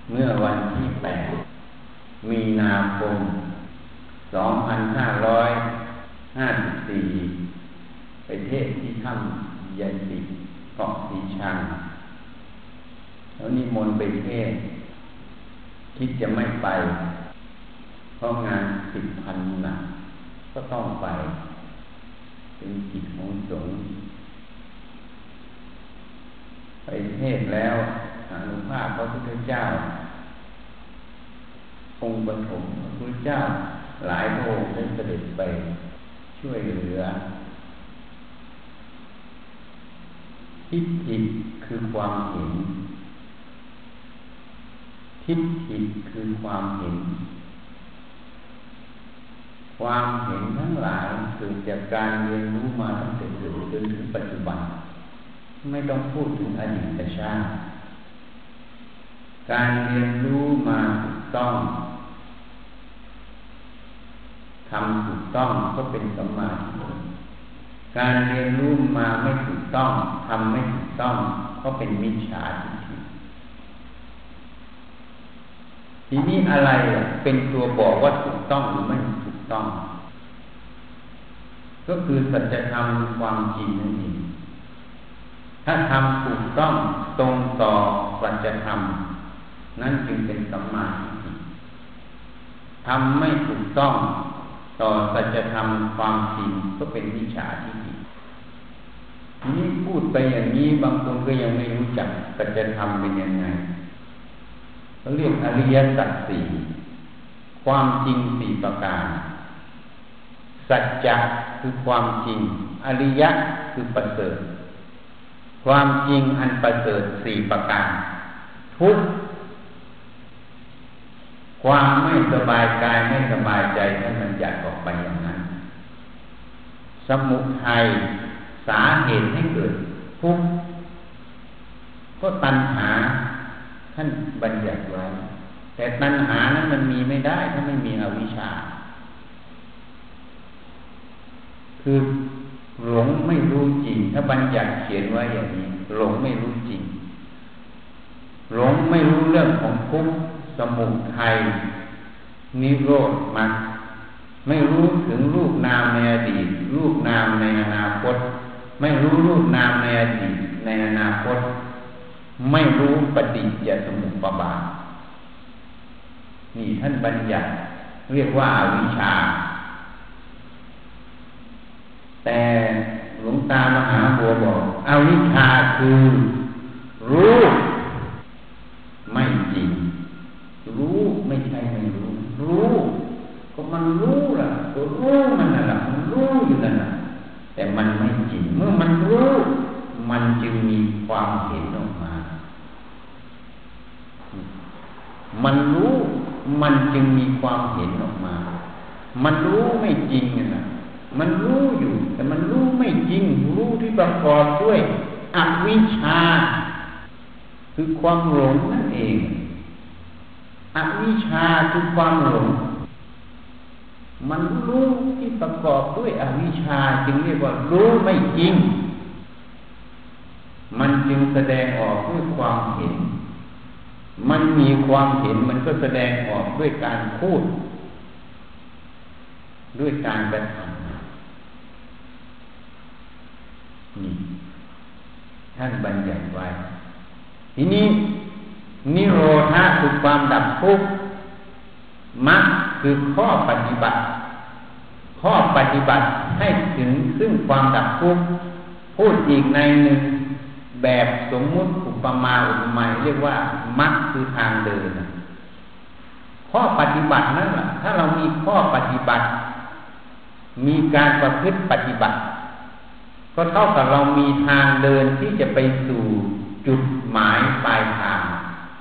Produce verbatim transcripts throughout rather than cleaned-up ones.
เมื่อวันที่แปดมีนาคมสองพันห้าร้อยห้าสิบสี่ไปเทศที่ถ้ำยันติเกาะสีชังแล้วนิมนต์ไปเทศคิดจะไม่ไปเพราะงานสิบพันหนักก็ต้องไปเป็นกิจของสงฆ์ไปเทศแล้วอนุภาพพระพุทธเจ้าองค์ปฐมพระพุทธเจ้าหลายพระองค์ได้เสด็จไปช่วยเหลือทิฏฐิคือความเห็นทิฏฐิคือความเห็นความเห็นทั้งหลายเกิดจากการเรียนรู้มาตั้งแต่เกิดจนถึงปัจจุบันไม่ต้องพูดถึงอดีตชาติการเรียนรู้มาถูกต้องทำถูกต้องก็เป็นสัมมาทิฏฐิการเรียนรู้มาไม่ถูกต้องทำไม่ถูกต้องก็เป็นมิจฉาทิฏฐิทีนี้อะไรเป็นตัวบอกว่าถูกต้องหรือไม่ถูกต้องก็คือสัจธรรมความจริงนั่นเองถ้าทำถูกต้องตรงต่อสัจธรรมนั่นจึงเป็นสัมมาทิฏฐิทำไม่ถูกต้องต่อสัจธรรมความจริงก็เป็นมิจฉาทิฏฐิทีนี้พูดไปอย่างนี้บางคนก็ยังไม่รู้จักสัจธรรมเป็นยังไงเขาเรียกอริยสัจสี่ความจริงสี่ประการสัจจะคือความจริงอริยะคือประเสริฐความจริงอันประเสริฐสี่ประการทุกข์ความไม่สบายกายไม่สบายใจท่านบัญญัติออกไปอย่างนั้นสมุทัยสาเหตุให้เกิดทุกข์ก็ตัณหาท่านบัญญัติไว้แต่ตัณหานั้นมันมีไม่ได้ถ้าไม่มีอวิชชาคือหลงไม่รู้จริงถ้าบัญญัติเขียนไว้อย่างนี้หลงไม่รู้จริงหลงไม่รู้เรื่องของทุกข์สมุทัยนิโรธมรรคไม่รู้ถึงรูปนามในอดีตรูปนามในอนาคตไม่รู้รูปนามในอดีตในอนาคตไม่รู้ปฏิจจสมุปบาทนี่ท่านบัญญัติเรียกว่าอวิชชาแต่หลวงตามหาบัวบอกอวิชชาคือรู้ไม่จริงรู้ไม่ใช่ไม่รู้รู้ก็มันรู้ล่ะก็รู้มันน่ะล่ะมันรู้อยู่นั่นน่ะแต่มันไม่จริงเมื่อมันรู้มันจึงมีความเห็นออกมามันรู้มันจึงมีความเห็นออกมามันรู้ไม่จริงน่ะมันรู้อยู่แต่มันรู้ไม่จริงรู้ที่ประกอบด้วยอวิชชาคือความหลงนั่นเองอวิชชาคือความหลงมันรู้ที่ประกอบด้วยอวิชชาจึงเรียกว่ารู้ไม่จริงมันจึงแสดงออกด้วยความเห็นมันมีความเห็นมันก็แสดงออกด้วยการพูดด้วยการกระทำนี่ท่านบัญญัติไว้ทีนี้นิโรธาคือความดับทุกข์มรรคคือข้อปฏิบัติข้อปฏิบัติให้ถึงซึ่งความดับทุกข์พูดอีกในหนึ่งแบบสมมุติอุปมาอุปไมยเรียกว่ามรรคคือทางเดินข้อปฏิบัตินั่นแหละถ้าเรามีข้อปฏิบัติมีการประพฤติปฏิบัติก็เท่ากับเรามีทางเดินที่จะไปสู่จุดหมายปลายทาง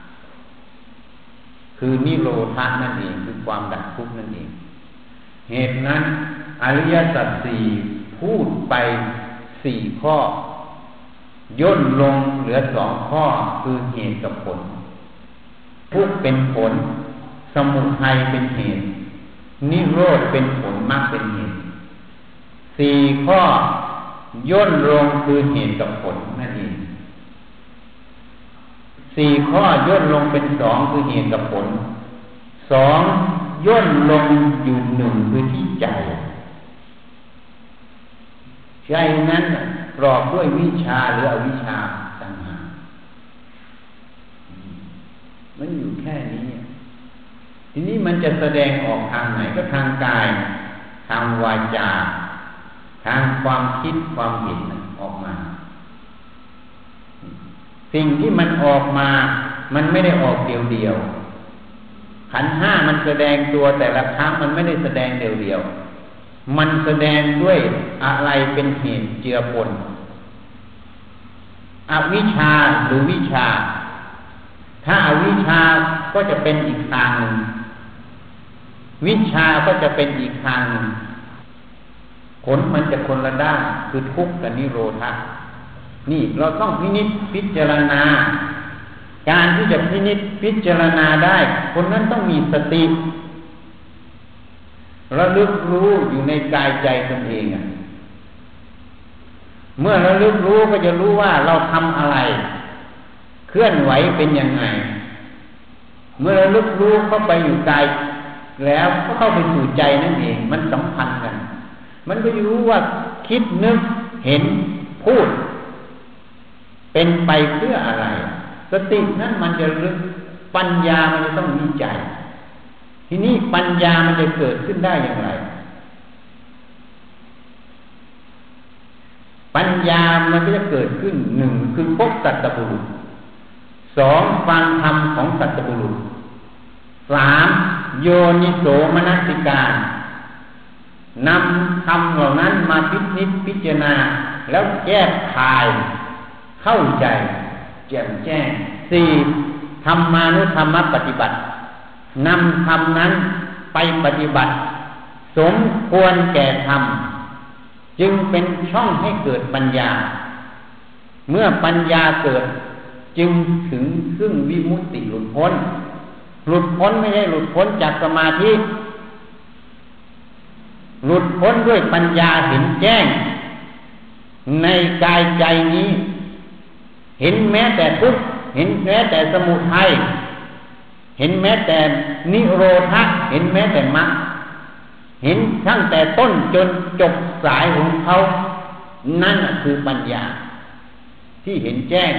คือนิโรธานั่นเองคือความดับทุกข์นั่นเองเหตุนั้นอริยสัจสี่พูดไปสี่ข้อย่นลงเหลือสองข้อคือเหตุกับผลทุกข์เป็นผลสมุทัยเป็นเหตุนิโรธเป็นผลมรรคเป็นเหตุสี่ข้อย่นลงคือเหตุกับผลนั่นเองสสี่ข้อย่นลงเป็นสองคือเหตุกับผลสองย่นลงอยู่หนึ่งคือที่ใจใจนั้นประกอบด้วยวิชาหรืออวิชชาต่างหากมันอยู่แค่นี้ทีนี้มันจะแสดงออกทางไหนก็ทางกายทางวาจาทางความคิดความเห็นออกมาสิ่งที่มันออกมามันไม่ได้ออกเดียวๆขันธ์ห้ามันแสดงตัวแต่ละครั้งมันไม่ได้แสดงเดียวๆมันแสดงด้วยอะไรเป็นเหตุเจือปนอวิชชาหรือวิชาถ้าอวิชชาก็จะเป็นอีกทางหนึ่งวิชาก็จะเป็นอีกทางหนึ่งผลมันจะคนละด้านคือทุกข์กับนิโรธะนี่เราต้องพินิจพิจารณาการที่จะพินิจพิจารณาได้คนนั้นต้องมีสติระลึกรู้อยู่ในกายใจตนเองอ่ะเมื่อระลึกรู้ก็จะรู้ว่าเราทำอะไรเคลื่อนไหวเป็นยังไงเมื่อระลึกรู้เข้าไปอยู่กายแล้วก็เข้าไปสู่ใจนั่นเองมันสัมพันธ์กันมันก็จะรู้ว่าคิดนึกเห็นพูดเป็นไปเพื่ออะไรสตินั้นมันจะลึกปัญญามันจะต้องมีใจทีนี้ปัญญามันจะเกิดขึ้นได้อย่างไรปัญญามันก็จะเกิดขึ้นหนึ่งคือพบสัตบุรุษสองฟังธรรมของสัตบุรุษสามโยนิโสมนสิการนำธรรมเหล่านั้นมาพิจิตรพิจารณาแล้วแก้ไขเข้าใจแจ่มแจ้งสี่ธรรมานุธรรมปฏิบัตินำธรรมนั้นไปปฏิบัติสมควรแก่ธรรมจึงเป็นช่องให้เกิดปัญญาเมื่อปัญญาเกิดจึงถึงซึ่งวิมุตติหลุดพ้นหลุดพ้นไม่ใช่หลุดพ้นจากสมาธิหลุดพ้นด้วยปัญญาเห็นแจ้งในกายใจนี้เห็นแม้แต่ทุกข์เห็นแม้แต่สมุทัยเห็นแม้แต่นิโรธะเห็นแม้แต่มรรคเห็นตั้งแต่ต้นจนจบสายของเขานั่นคือปัญญาที่เห็นแจ้ง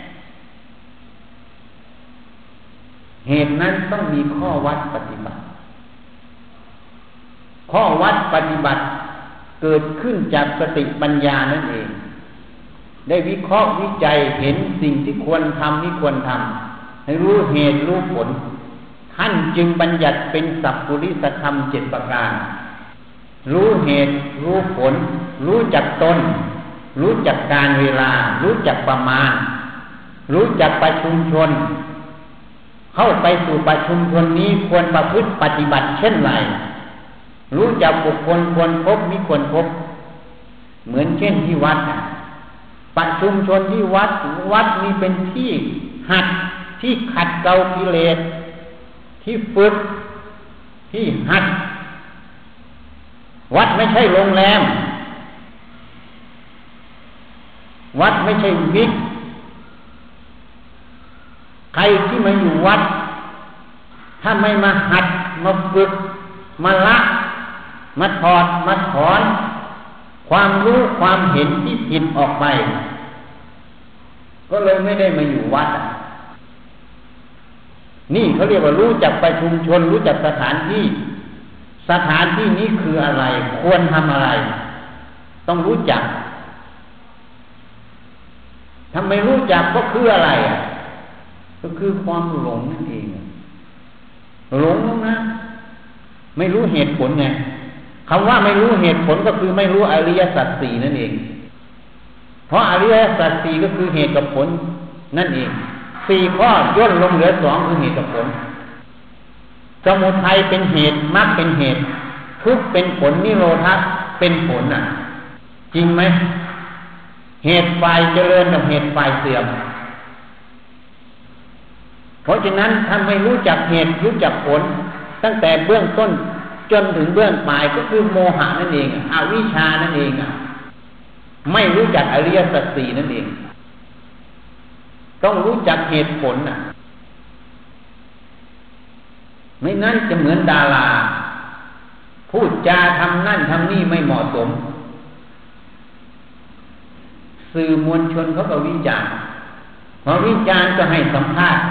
เหตุนั้นต้องมีข้อวัดปฏิบัติข้อวัดปฏิบัติเกิดขึ้นจากสติปัญญานั่นเองได้วิเคราะห์วิจัยเห็นสิ่งที่ควรทำที่ควรทำให้รู้เหตุรู้ผลท่านจึงบัญญัติเป็นสัพพุริสธรรมเจ็ดประการรู้เหตุรู้ผลรู้จักตนรู้จักการเวลารู้จักประมาณรู้จักประชุมชนเข้าไปสู่ประชุมชนนี้ควรประพฤติปฏิบัติเช่นไรรู้จักบุคคลควรพบมิควรพบเหมือนเช่นที่วัดประชุมชนที่วัดวัดนี้เป็นที่หัดที่ขัดเกลากิเลสที่ฝึกที่หัดวัดไม่ใช่โรงแรมวัดไม่ใช่วิกใครที่มาอยู่วัดถ้าไม่มาหัดมาฝึกมาละมาถอดมาถอนความรู้ความเห็นที่ผิดออกไปก็เลยไม่ได้มาอยู่วัดนี่เขาเรียกว่ารู้จักประชุมชนรู้จักสถานที่สถานที่นี้คืออะไรควรทำอะไรต้องรู้จักทำไมรู้จักก็คืออะไรอ่ะก็คือความหลงนั่นเองหลงนะไม่รู้เหตุผลไงคำว่าไม่รู้เหตุผลก็คือไม่รู้อริยสัจสี่นั่นเองเพราะอริยสัจสี่ก็คือเหตุกับผลนั่นเองสี่ข้อย่นลงเหลือสองคือเหตุกับผลสมุทัยเป็นเหตุมรรคเป็นเหตุทุกข์เป็นผลนิโรธะเป็นผลน่ะจริงไหมเหตุฝ่ายเจริญกับเหตุฝ่ายเสื่อมเพราะฉะนั้นถ้าไม่รู้จักเหตุรู้จักผลตั้งแต่เบื้องต้นจนถึงเบื้องปลายก็คือโมหะนั่นเองอวิชชานั่นเองไม่รู้จักอริยสัจสี่นั่นเองต้องรู้จักเหตุผลน่ะไม่งั้นจะเหมือนดาราพูดจาทำนั่นทำนี่ไม่เหมาะสมสื่อมวลชนเขาก็วิจารณ์พอวิจารณ์ก็ให้สัมภาษณ์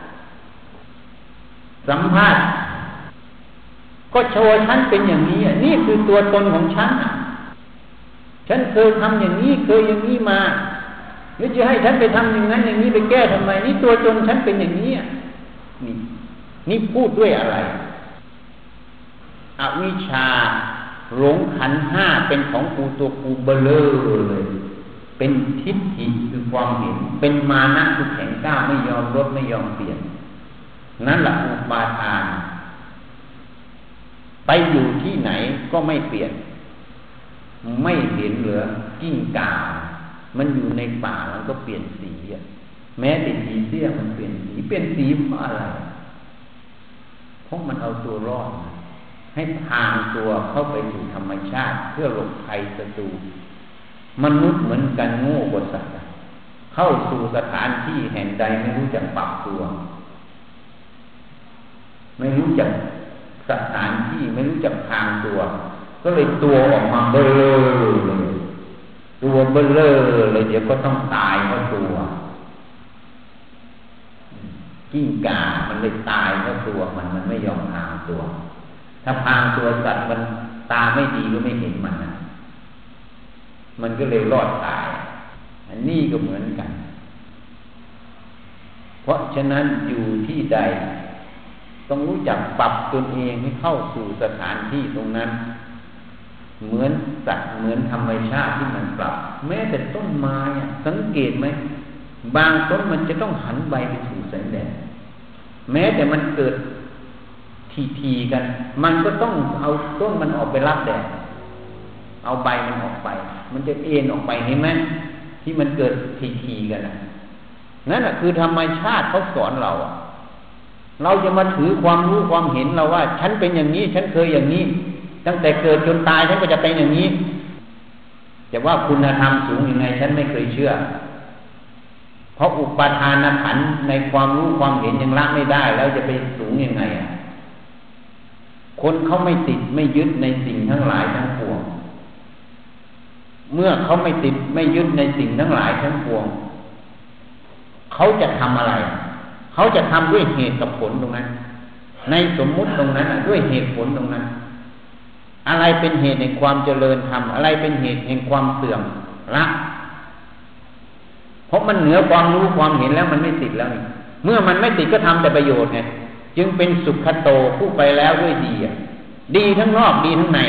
สัมภาษณ์ก็โชว์ฉันเป็นอย่างนี้นี่คือตัวตนของฉันฉันเคยทำอย่างนี้เคยอย่างนี้มาหรือจะให้ฉันไปทำอย่างนั้นอย่างนี้ไปแก้ทำไมนี่ตัวตนฉันเป็นอย่างนี้นี่นี่พูดด้วยอะไรอวิชชาหลงขันธ์ห้าเป็นของกูตัวกูเบลอเลยเป็นทิฏฐิคือความเห็นเป็นมานะคือแข็งกล้าไม่ยอมลดไม่ยอมเปลี่ยนนั่นแหละอุปาทานไปอยู่ที่ไหนก็ไม่เปลี่ยนไม่เห็นเหลือกิ้งก่ามันอยู่ในป่ามันก็เปลี่ยนสีแม้แต่ผีเสื้อมันเปลี่ยนสีเปลี่ยนสีเพราะอะไรเพราะมันเอาตัวรอดให้พางตัวเข้าไปสู่ธรรมชาติเพื่อหลบภัยศัตรูมนุษย์เหมือนกันโง่กว่าสัตว์เข้าสู่สถานที่แห่งใดไม่รู้จักปรับตัวไม่รู้จักสถานที่ไม่รู้จักพางตัวก็เลยตัวออกมาเบลอเลยตัวเบลอเลยเดี๋ยวก็ต้องตายเพราะตัวกิ้งก่ามันเลยตายเพราะตัวมันมันไม่ยอมพางตัวถ้าพางตัวสัตว์มันตาไม่ดีก็ไม่เห็นมันนะมันก็เลยรอดตายอันนี้ก็เหมือนกันเพราะฉะนั้นอยู่ที่ใดต้องรู้จักปรับตนเองให้เข้าสู่สถานที่ตรงนั้นเหมือนสัตว์เหมือนธรรมชาติที่มันปรับแม้แต่ต้นไม้สังเกตไหมบางต้นมันจะต้องหันใบไปสู่แสงแดดแม้แต่มันเกิดทีๆกันมันก็ต้องเอาต้นมันออกไปรับแดดเอาใบมันออกไปมันจะเอ็นออกไปเห็นไหมที่มันเกิดทีๆกันนะนั่นแหละคือธรรมชาติเขาสอนเราเราจะมาถือความรู้ความเห็นเราว่าฉันเป็นอย่างนี้ฉันเคยอย่างนี้ตั้งแต่เกิดจนตายฉันก็จะเป็นอย่างนี้แต่ว่าคุณธรรมสูงยังไงฉันไม่เคยเชื่อเพราะอุปาทานขันธ์ในความรู้ความเห็นยังละไม่ได้แล้วจะไปสูงยังไงอ่ะคนเขาไม่ติดไม่ยึดในสิ่งทั้งหลายทั้งปวงเมื่อเขาไม่ติดไม่ยึดในสิ่งทั้งหลายทั้งปวงเขาจะทำอะไรเขาจะทำด้วยเหตุกับผลตรงนั้นในสมมุติตรงนั้นด้วยเหตุผลตรงนั้นอะไรเป็นเหตุแห่งความเจริญธรรมอะไรเป็นเหตุแห่งความเสื่อมละเพราะมันเหนือความรู้ความเห็นแล้วมันไม่ติดแล้วนี่เมื่อมันไม่ติดก็ทำแต่ประโยชน์ไงจึงเป็นสุขโตผู้ไปแล้วด้วยดีดีทั้งนอกดีทั้งใน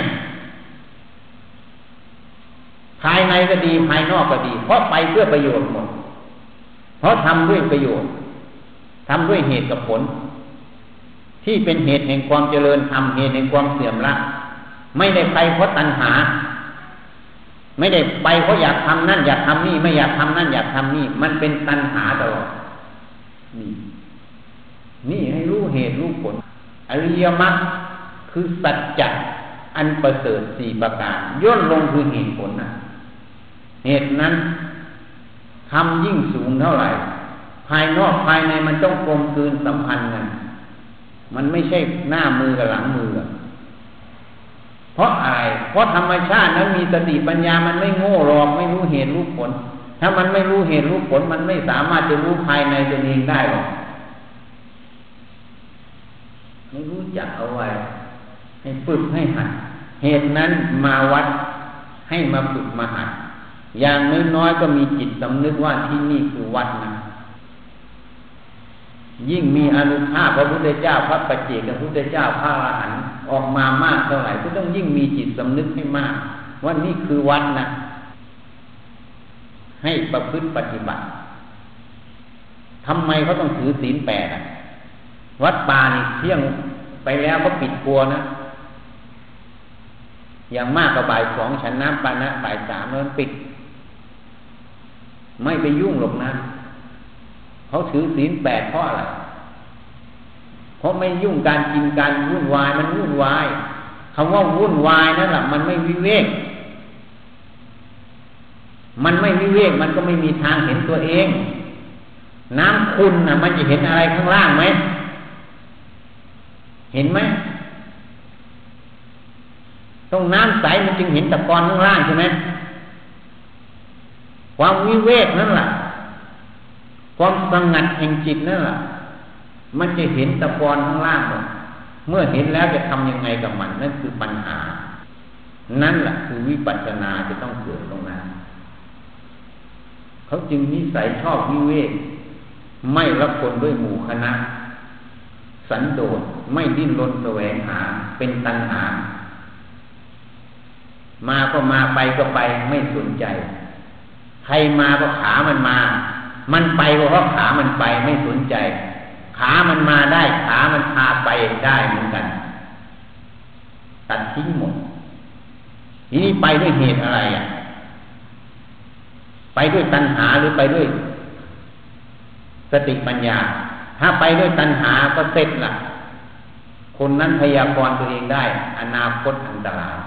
ภายในก็ดีภายนอกก็ดีเพราะไปเพื่อประโยชน์หมดเพราะทำด้วยประโยชน์ทำด้วยเหตุกับผลที่เป็นเหตุแห่งความเจริญธรรมเหตุแห่งความเสื่อมละไม่ได้ไปเพราะตัณหาไม่ได้ไปเพราะอยากทำนั่นอยากทำนี่ไม่อยากทำนั่นอยากทำนี่มันเป็นตัณหาตลอดนี่นี่ให้รู้เหตุรู้ผลอริยมรรคคือสัจจะอันประเสริฐสี่ประการย่นลงคือเหตุผลนะเหตุนั้นทำยิ่งสูงเท่าไหร่ภายนอกภายในมันต้องกลมกลืนสัมพันธ์กันมันไม่ใช่หน้ามือกับหลังมือเพราะอะไรเพราะธรรมชาตินั้นมีสติปัญญามันไม่โง่หรอกไม่รู้เหตุรู้ผลถ้ามันไม่รู้เหตุรู้ผลมันไม่สามารถจะรู้ภายในตัวเองได้หรอกไม่รู้จักเอาไว้ให้ฝึกให้หัดเหตุนั้นมาวัดให้มาฝึกมาหัดอย่างน้อยๆก็มีจิตสำนึกว่าที่นี่คือวัดนะยิ่งมีอานุภาพพระพุทธเจ้าพระปัจเจกพระพุทธเจ้าพระอรหันต์ออกมามากเท่าไหร่ก็ต้องยิ่งมีจิตสำนึกให้มากว่านี่คือวัดนะให้ประพฤติปฏิบัติทำไมเขาต้องถือศีลแปดวัดป่านี่เที่ยงไปแล้วก็ปิดครัวนะอย่างมากก็บ่ายสองฉันน้ำปานะบ่ายสามแล้วปิดไม่ไปยุ่งหรอกนะเขาถือศีลแปดเพราะอะไรเพราะไม่ยุ่งการกินการวุ่นวายมันวุ่นวายคำว่าวุ่นวายนั่นแหละมันไม่วิเวกมันไม่วิเวกมันก็ไม่มีทางเห็นตัวเองน้ำขุ่นน่ะมันจะเห็นอะไรข้างล่างไหมเห็นไหมต้องน้ำใสมันจึงเห็นตะกอนข้างล่างใช่ไหมความวิเวกนั่นแหละความสงัดแห่งจิตนั่นแหละมันจะเห็นตะกอนข้างล่างหมดเมื่อเห็นแล้วจะทำยังไงกับมันนั่นคือปัญหานั่นแหละคือวิปัสสนาจะต้องเกิดตรงนั้นเขาจึงนิสัยชอบวิเวกไม่รับคนด้วยหมู่คณะสันโดษไม่ดิ้นรนแสวงหาเป็นตัณหามาก็มาไปก็ไปไม่สนใจใครมาก็ขามันมามันไปก็เพราะขามันไปไม่สนใจขามันมาได้ขามันพาไปได้เหมือนกันตัดทิ้งหมดทีนี้ไปด้วยเหตุอะไรอ่ะไปด้วยตัณหาหรือไปด้วยสติปัญญาถ้าไปด้วยตัณหาก็เสร็จละคนนั้นพยากรณ์ตัวเองได้อนาคตอันตราย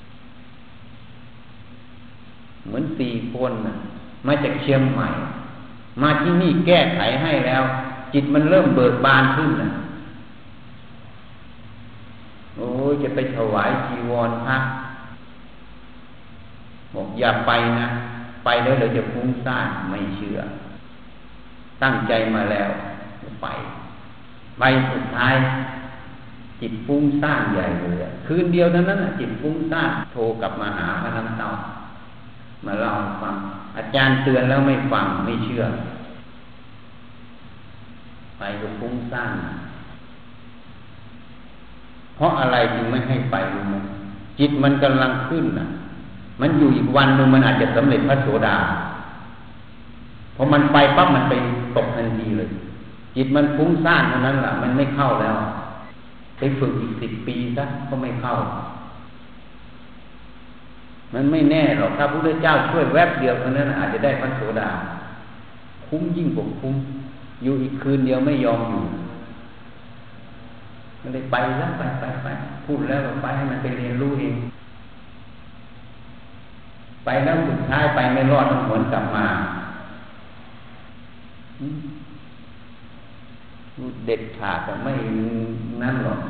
เหมือนสี่คนนะมาจากเชียงใหม่มาที่นี่แก้ไขให้แล้วจิตมันเริ่มเบิกบานขึ้นนะโอ้ยจะไปถวายจีวรพระบอกอย่าไปนะไปแล้วเราจะฟุ้งซ่านไม่เชื่อตั้งใจมาแล้วไปไปสุดท้ายจิตฟุ้งซ่านใหญ่เลยคืนเดียวเท่านั้นจิตฟุ้งซ่านโทรกลับมาหาพระน้ำเต้ามาเล่าให้ฟังอาจารย์เตือนแล้วไม่ฟังไม่เชื่อไปก็ฟุ้งซ่านเพราะอะไรจึงไม่ให้ไปรู้ไหมจิตมันกำลังขึ้นน่ะมันอยู่อีกวันหนึ่งมันอาจจะสำเร็จพระโสดาพอมันไปปั๊บมันไปตกทันทีเลยจิตมันฟุ้งซ่านเท่านั้นแหละมันไม่เข้าแล้วไปฝึกอีกสิบปีซะก็ไม่เข้ามันไม่แน่หรอกถ้าพระพุทธเจ้าช่วยแวบเดียวเท่านั้นอาจจะได้พระโสดาคุ้มยิ่งกว่าคุ้มอยู่อีกคืนเดียวไม่ยอมอยู่ก็เลยไปแล้วไปไปไปพูดแล้วไปให้มันไปเรียนรู้เองไปแล้วสุดท้ายไปไม่รอดต้องหวนกลับมาเด็ดขาดแต่ไม่นั่นหรอก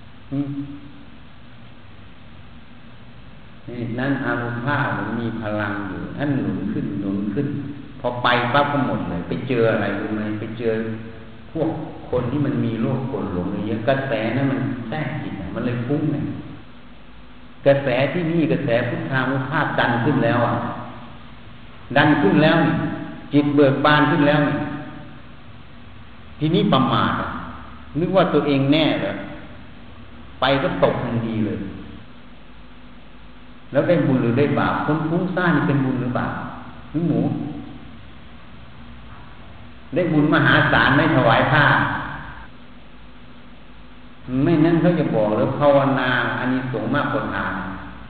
นี่นั่นอานุภาพมันมีพลังอยู่ท่านหนุนขึ้นหนุนขึ้นพอไปปั๊บก็หมดเลยไปเจออะไรรู้ไหมไปเจอพวกคนที่มันมีโรคกดหลงเยอะกระแสนั้นมันแทรกจิตมันเลยฟุ้งไงกระแสที่นี่กระแสพุทธานุภาพดันขึ้นแล้วอ่ะดันขึ้นแล้วจิตเบิกบานขึ้นแล้วทีนี้ประมาทนึกว่าตัวเองแน่เลยไปก็ตกทันทีเลยแล้วได้บุญหรือได้บาปคนฟุ้งซ่านนี่เป็นบุญหรือบาปหรือหมูได้บุญมหาศาลไม่ถวายผ้าไม่นั้นเขาจะบอกแล้วภาวนาอานิสงส์มากกว่าทาน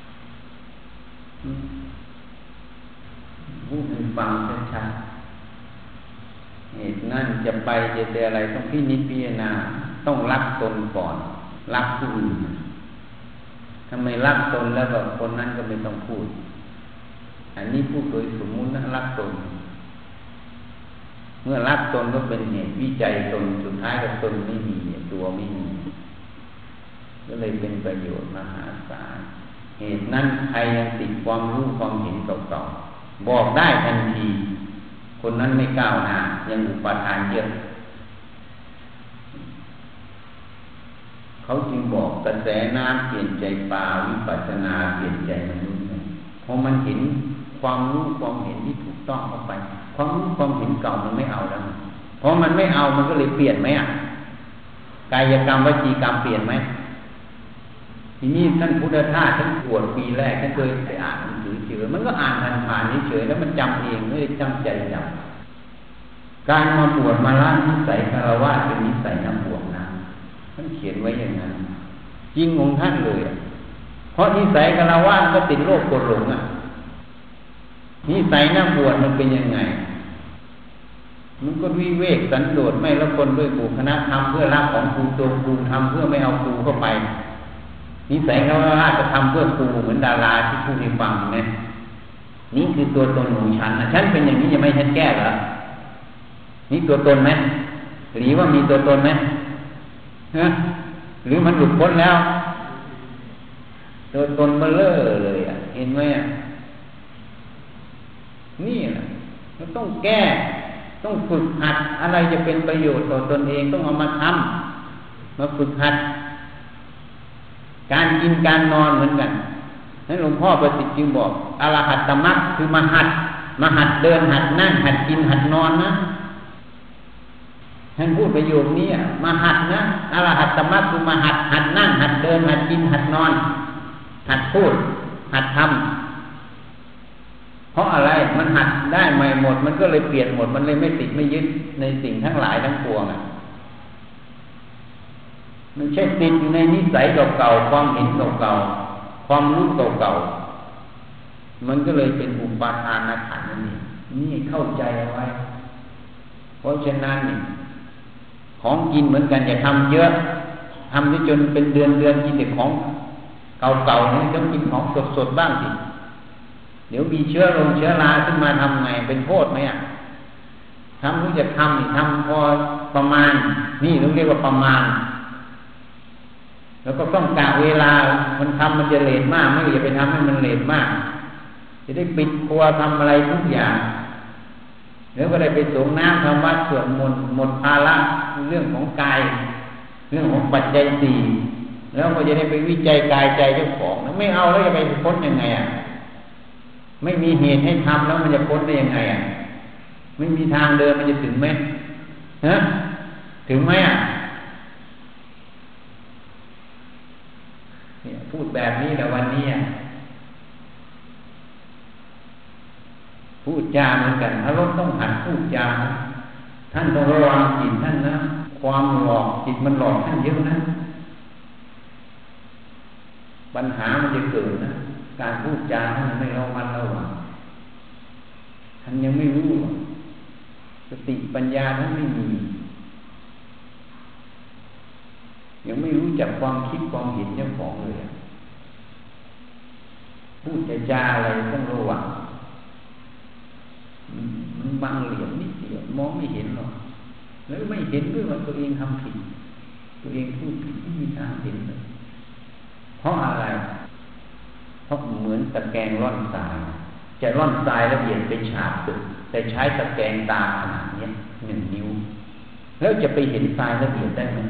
พูดให้ฟังชัดๆเหตุนั้นจะไปจะเจออะไรต้องพินิจพิจารณาต้องรักตนก่อนรักผู้อื่นถ้าไม่รักตนแล้วแบบคนนั้นก็ไม่ต้องพูดอันนี้พูดโดยสมมุตินะรักตนเมื่อรักตนก็เป็นเหตุวิจัยตนสุดท้ายก็ตนไม่มีตัวไม่มีก็เลยเป็นประโยชน์มหาศาลเหตุนั้นใครยังติดความรู้ความเห็นเก่าๆบอกได้ทันทีคนนั้นไม่ก้าวหน้ายังอุปทานเยอะเขาจึงบอกกระแสน้ำเปลี่ยนใจปลาวิปัสสนาเปลี่ยนใจมนุษย์พอมันเห็นความรู้ความเห็นที่ถูกต้องเข้าไปความรู้ความเห็นเก่ามันไม่เอาแล้วเพราะมันไม่เอามันก็เลยเปลี่ยนไหมอ่ะกายกรรมวจีกรรมเปลี่ยนไหมทีนี้ท่านพุทธทาสท่านบวชปีแรกท่านเคยไปอ่านหนังสือเฉยมันก็อ่านผ่านๆเฉยๆแล้วมันจำเองไม่ได้ตั้งใจจำการมาบวชมาละนิสัยคฤหัสถ์เป็นนิสัยนักบวชนะท่านเขียนไว้อย่างนั้นจริงของท่านเลยเพราะนิสัยคฤหัสถ์ก็ติดโรคกดหลงอ่ะนิสัยนักบวชมันเป็นยังไงมันก็วิเวกสันโดษไม่ละคนด้วยหมู่คณะทำเพื่อรักของครูตัวครูทำเพื่อไม่เอาครูเข้าไปนิสัยคฤหัสถ์จะทำเพื่อครูเหมือนดาราที่พูดให้ฟังไหมนี่คือตัวตนของฉันนะฉันเป็นอย่างนี้ยังไม่ฉันแก้เหรอมีตัวตนไหมหรือว่ามีตัวตนไหมฮะหรือมันหลุดพ้นแล้วตัวตนเบลอเลยอ่ะเห็นไหมอ่ะนี่แหละเราต้องแก้ต้องฝึกหัดอะไรจะเป็นประโยชน์ต่อตนเองต้องเอามาทำมาฝึกหัดการกินการนอนเหมือนกันนั้นหลวงพ่อประสิทธิ์จึงบอกอรหัตตมรรคคือมาหัดมาหัดเดินหัดนั่งหัดกินหัดนอนนะท่านพูดประโยคนี้มาหัดนะอรหัตตมรรคคือมาหัดหัดนั่งหัดเดินหัดกินหัดนอนหัดพูดหัดทำเพราะอะไรมันหัดได้ใหม่หมดมันก็เลยเปลี่ยนหมดมันเลยไม่ติดไม่ยึดในสิ่งทั้งหลายทั้งปวงอ่ะมันใช่ติดอยู่ในนิสัยเก่าๆความเห็นเก่าๆความรู้เก่าๆมันก็เลยเป็นอุปาทานขันธ์นั่นเองนี่เข้าใจเอาไว้เพราะฉะนั้นนี่ของกินเหมือนกันอย่าทำเยอะทำจนเป็นเดือนเดือนกินแต่ของเก่าๆนี่ต้องกินของสดๆบ้างสิเดี๋ยวมีเชื้อลงเชื้อราขึ้นมาทำไงเป็นโทษไหมอ่ะทำรู้จะทำนี่ทำพอประมาณนี่ต้องเรียกว่าประมาณแล้วก็ต้องกะเวลามันทำมันจะเลทมากไม่อย่าไปทำให้มันเลทมากจะได้ปิดครัวทำอะไรทุกอย่างแล้วก็ได้ไปสงน้ำทำวัดสวดมนต์หมดภาระเรื่องของกายเรื่องของปัจจัยสี่แล้วก็จะได้ไปวิจัยกายใจเจ้าของแล้วไม่เอาแล้วจะไปพ้นยังไงอ่ะไม่มีเหตุให้ทำแล้วมันจะพ้นได้ยังไงอ่ะไม่มีทางเดินมันจะถึงไหมฮะถึงไหมอ่ะเนี่ยพูดแบบนี้แต่วันนี้พูดจาเหมือนกันอารมณ์ต้องหัดพูดจาท่านต้องระวังจิตท่านนะความหลอกจิตมันหลอกท่านเยอะนะปัญหามันจะเกิดนะการพูดจาท่านไม่ระมัดระวังท่านยังไม่รู้สติปัญญาท่านไม่มียังไม่รู้จักความคิดความเห็นเจ้าของเลยพูดจาอะไรต้องระวังมันบังเหลี่ยมนิดเดียวมองไม่เห็นหรอกแล้วไม่เห็นด้วยว่าตัวเองทำผิดตัวเองพูดผิดไม่มีทางเห็นเลยเพราะอะไรเพราะเหมือนตะแกรงร่อนทรายจะร่อนทรายละเอียดเป็นฉาบตึกแต่ใช้ตะแกรงตาขนาดนี้หนึ่งนิ้วแล้วจะไปเห็นทรายละเอียดได้ไหม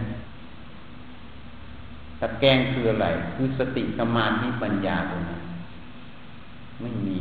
ตะแกรงคืออะไรคือสติสมาธิปัญญาตรงนั้นไม่มี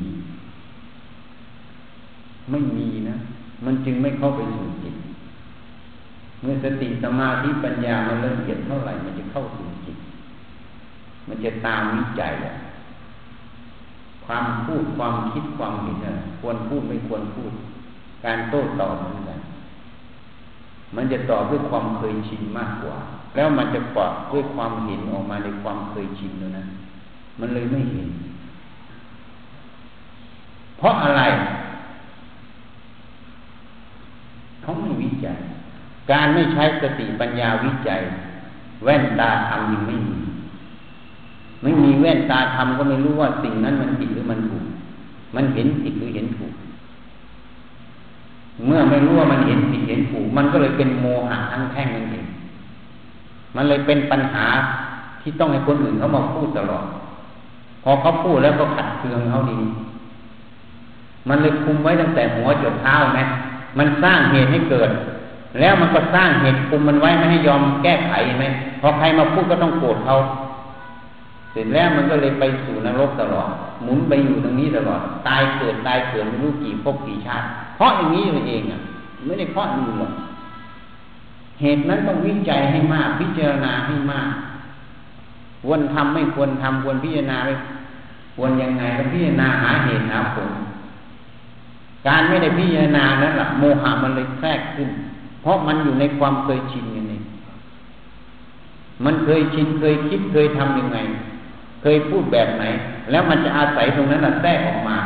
ไม่มีนะมันจึงไม่เข้าไปสู่จิตเมื่อสติสมาธิปัญญามันเริ่มเกิดเท่าไหร่มันจะเข้าสู่จิตมันจะตามวิจัยแหละความพูดความคิดความเห็นอะไรควรพูดไม่ควรพูดการโต้ตอบเหมือนกันมันจะตอบด้วยความเคยชินมากกว่าแล้วมันจะตอบด้วยความเห็นออกมาในความเคยชินแล้วนะมันเลยไม่เห็นเพราะอะไรเขาไม่วิจัยการไม่ใช้สติปัญญาวิจัยแว่นตาธรรมยังไม่มีไม่มีแว่นตาธรรมก็ไม่รู้ว่าสิ่งนั้นมันผิดหรือมันถูกมันเห็นผิดหรือเห็นถูกเมื่อไม่รู้ว่ามันเห็นผิดเห็นถูกมันก็เลยเป็นโมหะทั้งแท่งนั่นเองมันเลยเป็นปัญหาที่ต้องให้คนอื่นเขามาพูดตลอดพอเขาพูดแล้วก็ขัดเคืองเขาดีมันเลยคุมไว้ตั้งแต่หัวจนเท้าไหมมันสร้างเหตุให้เกิดแล้วมันก็สร้างเหตุคุมมันไว้ไม่ให้ยอมแก้ไขไหมพอใครมาพูดก็ต้องโกรธเขาเสร็จแล้วมันก็เลยไปสู่นรกตลอดหมุนไปอยู่ตรงนี้ตลอดตายเกิดตายเกิดไม่รู้กี่ภพกี่ชาติเพราะอย่างนี้เองอ่ะไม่ได้เพราะอื่นหรอกเหตุนั้นต้องวิจัยให้มากพิจารณาให้มากควรทำไม่ควรทำควรพิจารณาไม่ควรยังไงก็พิจารณาหาเหตุหาผลการไม่ได้พิจารณานั้นแหละโมหะมันเลยแทรกขึ้นเพราะมันอยู่ในความเคยชินอย่างนี้มันเคยชินเคยคิดเคยทำยังไงเคยพูดแบบไหนแล้วมันจะอาศัยตรงนั้นแหละแทรกออกมา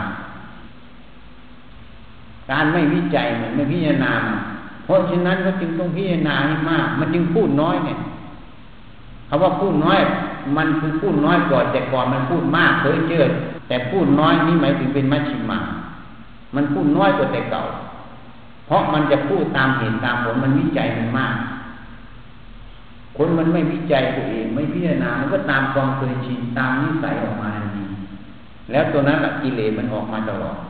การไม่วิจัยมันไม่พิจารณาเพราะฉะนั้นก็จึงต้องพิจารณาให้มากมันจึงพูดน้อยเนี่ยคำว่าพูดน้อยมันคือพูดน้อยก่อนแต่ก่อนมันพูดมากเคยเจอแต่พูดน้อยนี่หมายถึงเป็นมัชฌิมามันพูดน้อยกว่าแต่เก่าเพราะมันจะพูดตามเหตุตามผลมันวิจัยมันมากคนมันไม่วิจัยตัวเองไม่พิจารณามันก็ตามความเคยชินตามนิสัยออกมาทันทีแล้วตัวนั้นกิเลสมันออกมาตลอด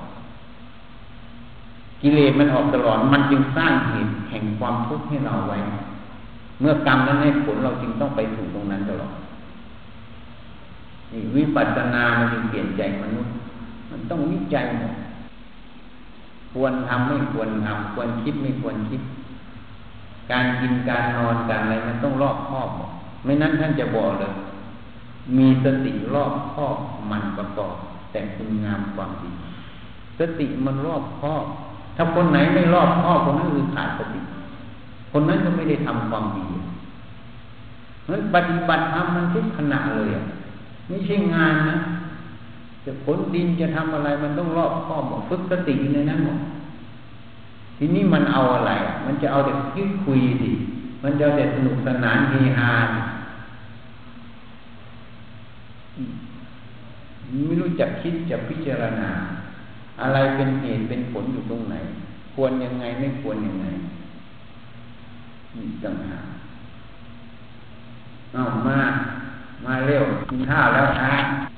กิเลสมันออกตลอดมันจึงสร้างเหตุแห่งความทุกข์ให้เราไว้เมื่อกรรมนั้นให้ผลเราจึงต้องไปถูกตรงนั้นตลอดนี่วิปัสสนามันจึงเปลี่ยนใจมนุษย์มันต้องวิจัยหมดควรทำไม่ควรทำควรคิดไม่ควรคิดการกินการนอนการอะไรมันต้องรอบคอบไม่นั้นท่านจะบอกเลยมีสติรอบคอบมันประกอบแต่คุณงามความดีสติมันรอบคอบถ้าคนไหนไม่รอบคอบคนนั้นคือขาดสติคนนั้นก็ไม่ได้ทำความดีเพราะฉะนั้นปฏิบัติธรรมมันทุกขณะเลยไม่ใช่งานนะจะขนดินจะทำอะไรมันต้องรอบคอบหมดฝึกสติอยู่ในนั้นหมดทีนี้มันเอาอะไรมันจะเอาแต่คิดคุยสิมันจะเอาแต่สนุกสนานเฮฮาไม่รู้จักคิดจะพิจารณาอะไรเป็นเหตุเป็นผลอยู่ตรงไหนควรยังไงไม่ควรยังไงนี่ต่างหากเอามามาเร็วกินข้าวแล้วนะ